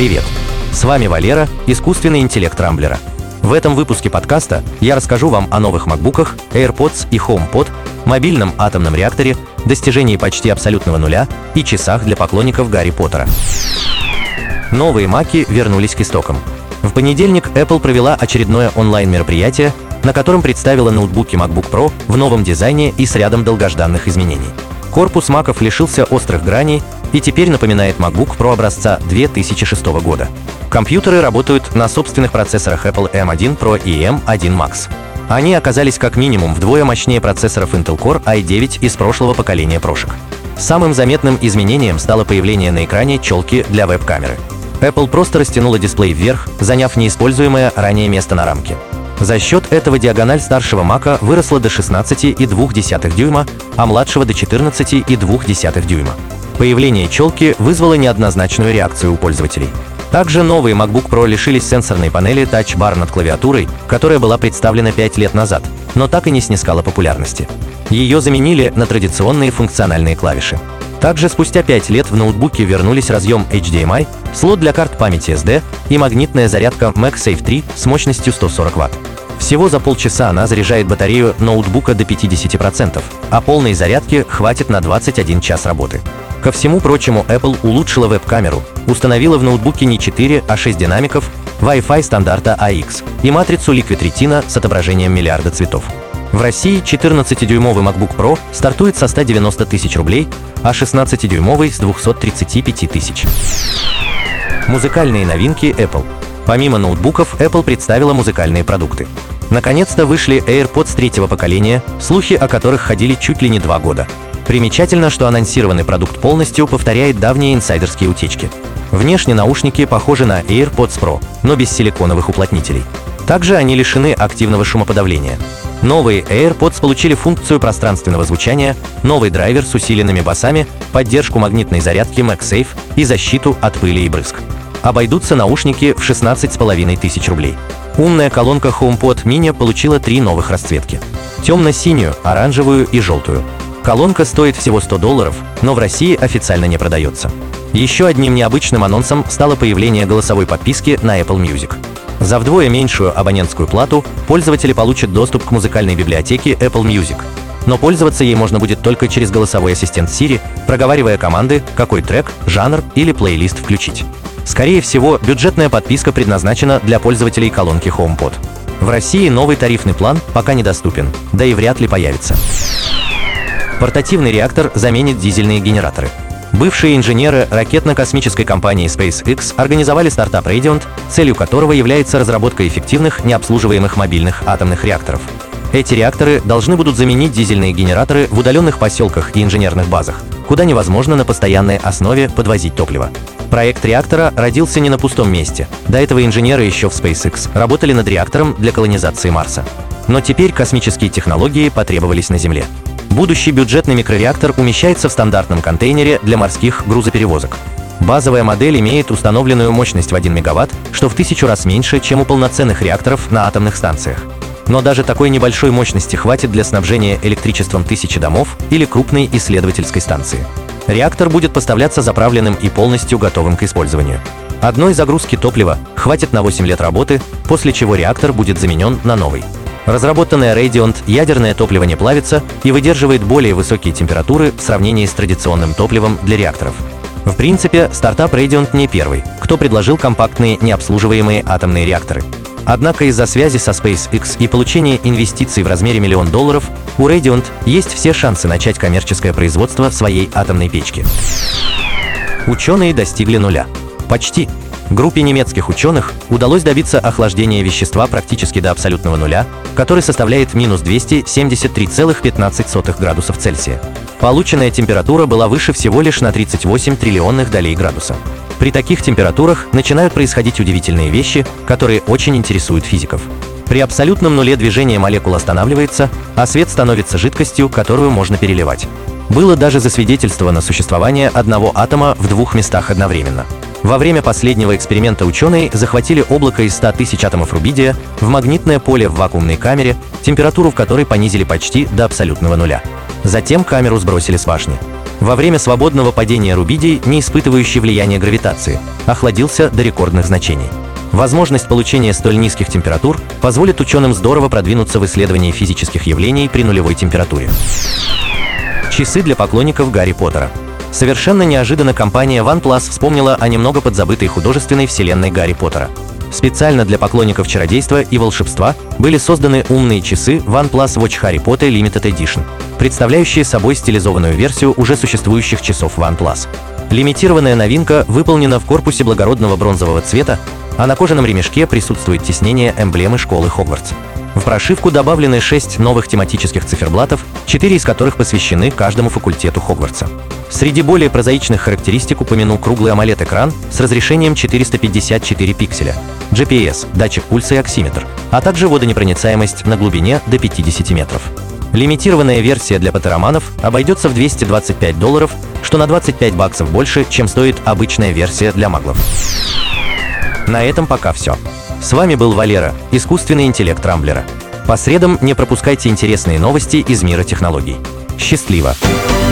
Привет! С вами Валера, искусственный интеллект Рамблера. В этом выпуске подкаста я расскажу вам о новых макбуках, AirPods и HomePod, мобильном атомном реакторе, достижении почти абсолютного нуля и часах для поклонников Гарри Поттера. Новые маки вернулись к истокам. В понедельник Apple провела очередное онлайн-мероприятие, на котором представила ноутбуки MacBook Pro в новом дизайне и с рядом долгожданных изменений. Корпус маков лишился острых граней и теперь напоминает MacBook Pro образца 2006 года. Компьютеры работают на собственных процессорах Apple M1 Pro и M1 Max. Они оказались как минимум вдвое мощнее процессоров Intel Core i9 из прошлого поколения прошек. Самым заметным изменением стало появление на экране челки для веб-камеры. Apple просто растянула дисплей вверх, заняв неиспользуемое ранее место на рамке. За счет этого диагональ старшего Мака выросла до 16,2 дюйма, а младшего до 14,2 дюйма. Появление челки вызвало неоднозначную реакцию у пользователей. Также новые MacBook Pro лишились сенсорной панели Touch Bar над клавиатурой, которая была представлена 5 лет назад, но так и не снискала популярности. Ее заменили на традиционные функциональные клавиши. Также спустя 5 лет в ноутбуке вернулись разъем HDMI, слот для карт памяти SD и магнитная зарядка MagSafe 3 с мощностью 140 Вт. Всего за полчаса она заряжает батарею ноутбука до 50%, а полной зарядки хватит на 21 час работы. Ко всему прочему, Apple улучшила веб-камеру, установила в ноутбуке не 4, а 6 динамиков, Wi-Fi стандарта AX и матрицу Liquid Retina с отображением миллиарда цветов. В России 14-дюймовый MacBook Pro стартует со 190 тысяч рублей, а 16-дюймовый с 235 тысяч. Музыкальные новинки Apple. Помимо ноутбуков, Apple представила музыкальные продукты. Наконец-то вышли AirPods третьего поколения, слухи о которых ходили чуть ли не 2 года. Примечательно, что анонсированный продукт полностью повторяет давние инсайдерские утечки. Внешне наушники похожи на AirPods Pro, но без силиконовых уплотнителей. Также они лишены активного шумоподавления. Новые AirPods получили функцию пространственного звучания, новый драйвер с усиленными басами, поддержку магнитной зарядки MagSafe и защиту от пыли и брызг. Обойдутся наушники в 16,5 тысяч рублей. Умная колонка HomePod Mini получила 3 новых расцветки: темно-синюю, оранжевую и желтую. Колонка стоит всего $100, но в России официально не продается. Еще одним необычным анонсом стало появление голосовой подписки на Apple Music. За вдвое меньшую абонентскую плату пользователи получат доступ к музыкальной библиотеке Apple Music. Но пользоваться ей можно будет только через голосовой ассистент Siri, проговаривая команды, какой трек, жанр или плейлист включить. Скорее всего, бюджетная подписка предназначена для пользователей колонки HomePod. В России новый тарифный план пока недоступен, да и вряд ли появится. Портативный реактор заменит дизельные генераторы. Бывшие инженеры ракетно-космической компании SpaceX организовали стартап Radiant, целью которого является разработка эффективных, необслуживаемых мобильных атомных реакторов. Эти реакторы должны будут заменить дизельные генераторы в удаленных поселках и инженерных базах, куда невозможно на постоянной основе подвозить топливо. Проект реактора родился не на пустом месте. До этого инженеры еще в SpaceX работали над реактором для колонизации Марса. Но теперь космические технологии потребовались на Земле. Будущий бюджетный микрореактор умещается в стандартном контейнере для морских грузоперевозок. Базовая модель имеет установленную мощность в 1 мегаватт, что в 1000 раз меньше, чем у полноценных реакторов на атомных станциях. Но даже такой небольшой мощности хватит для снабжения электричеством 1000 домов или крупной исследовательской станции. Реактор будет поставляться заправленным и полностью готовым к использованию. Одной загрузки топлива хватит на 8 лет работы, после чего реактор будет заменен на новый. Разработанное Radiant ядерное топливо не плавится и выдерживает более высокие температуры в сравнении с традиционным топливом для реакторов. В принципе, стартап Radiant не первый, кто предложил компактные необслуживаемые атомные реакторы. Однако из-за связи со SpaceX и получения инвестиций в размере $1 миллион у Radiant есть все шансы начать коммерческое производство своей атомной печки. Ученые достигли нуля. Почти. Группе немецких ученых удалось добиться охлаждения вещества практически до абсолютного нуля, который составляет минус 273,15 градусов Цельсия. Полученная температура была выше всего лишь на 38 триллионных долей градуса. При таких температурах начинают происходить удивительные вещи, которые очень интересуют физиков. При абсолютном нуле движение молекул останавливается, а свет становится жидкостью, которую можно переливать. Было даже засвидетельствовано существование одного атома в 2 местах одновременно. Во время последнего эксперимента ученые захватили облако из 100 тысяч атомов рубидия в магнитное поле в вакуумной камере, температуру в которой понизили почти до абсолютного нуля. Затем камеру сбросили с башни. Во время свободного падения рубидий, не испытывающий влияния гравитации, охладился до рекордных значений. Возможность получения столь низких температур позволит ученым здорово продвинуться в исследовании физических явлений при нулевой температуре. Часы для поклонников Гарри Поттера. Совершенно неожиданно компания OnePlus вспомнила о немного подзабытой художественной вселенной Гарри Поттера. Специально для поклонников чародейства и волшебства были созданы умные часы OnePlus Watch Harry Potter Limited Edition, представляющие собой стилизованную версию уже существующих часов OnePlus. Лимитированная новинка выполнена в корпусе благородного бронзового цвета, а на кожаном ремешке присутствует тиснение эмблемы школы Хогвартс. В прошивку добавлены 6 новых тематических циферблатов, 4 из которых посвящены каждому факультету Хогвартса. Среди более прозаичных характеристик упомяну круглый AMOLED-экран с разрешением 454 пикселя, GPS, датчик пульса и оксиметр, а также водонепроницаемость на глубине до 50 метров. Лимитированная версия для поттероманов обойдется в $225, что на $25 больше, чем стоит обычная версия для маглов. На этом пока все. С вами был Валера, искусственный интеллект Рамблера. По средам не пропускайте интересные новости из мира технологий. Счастливо!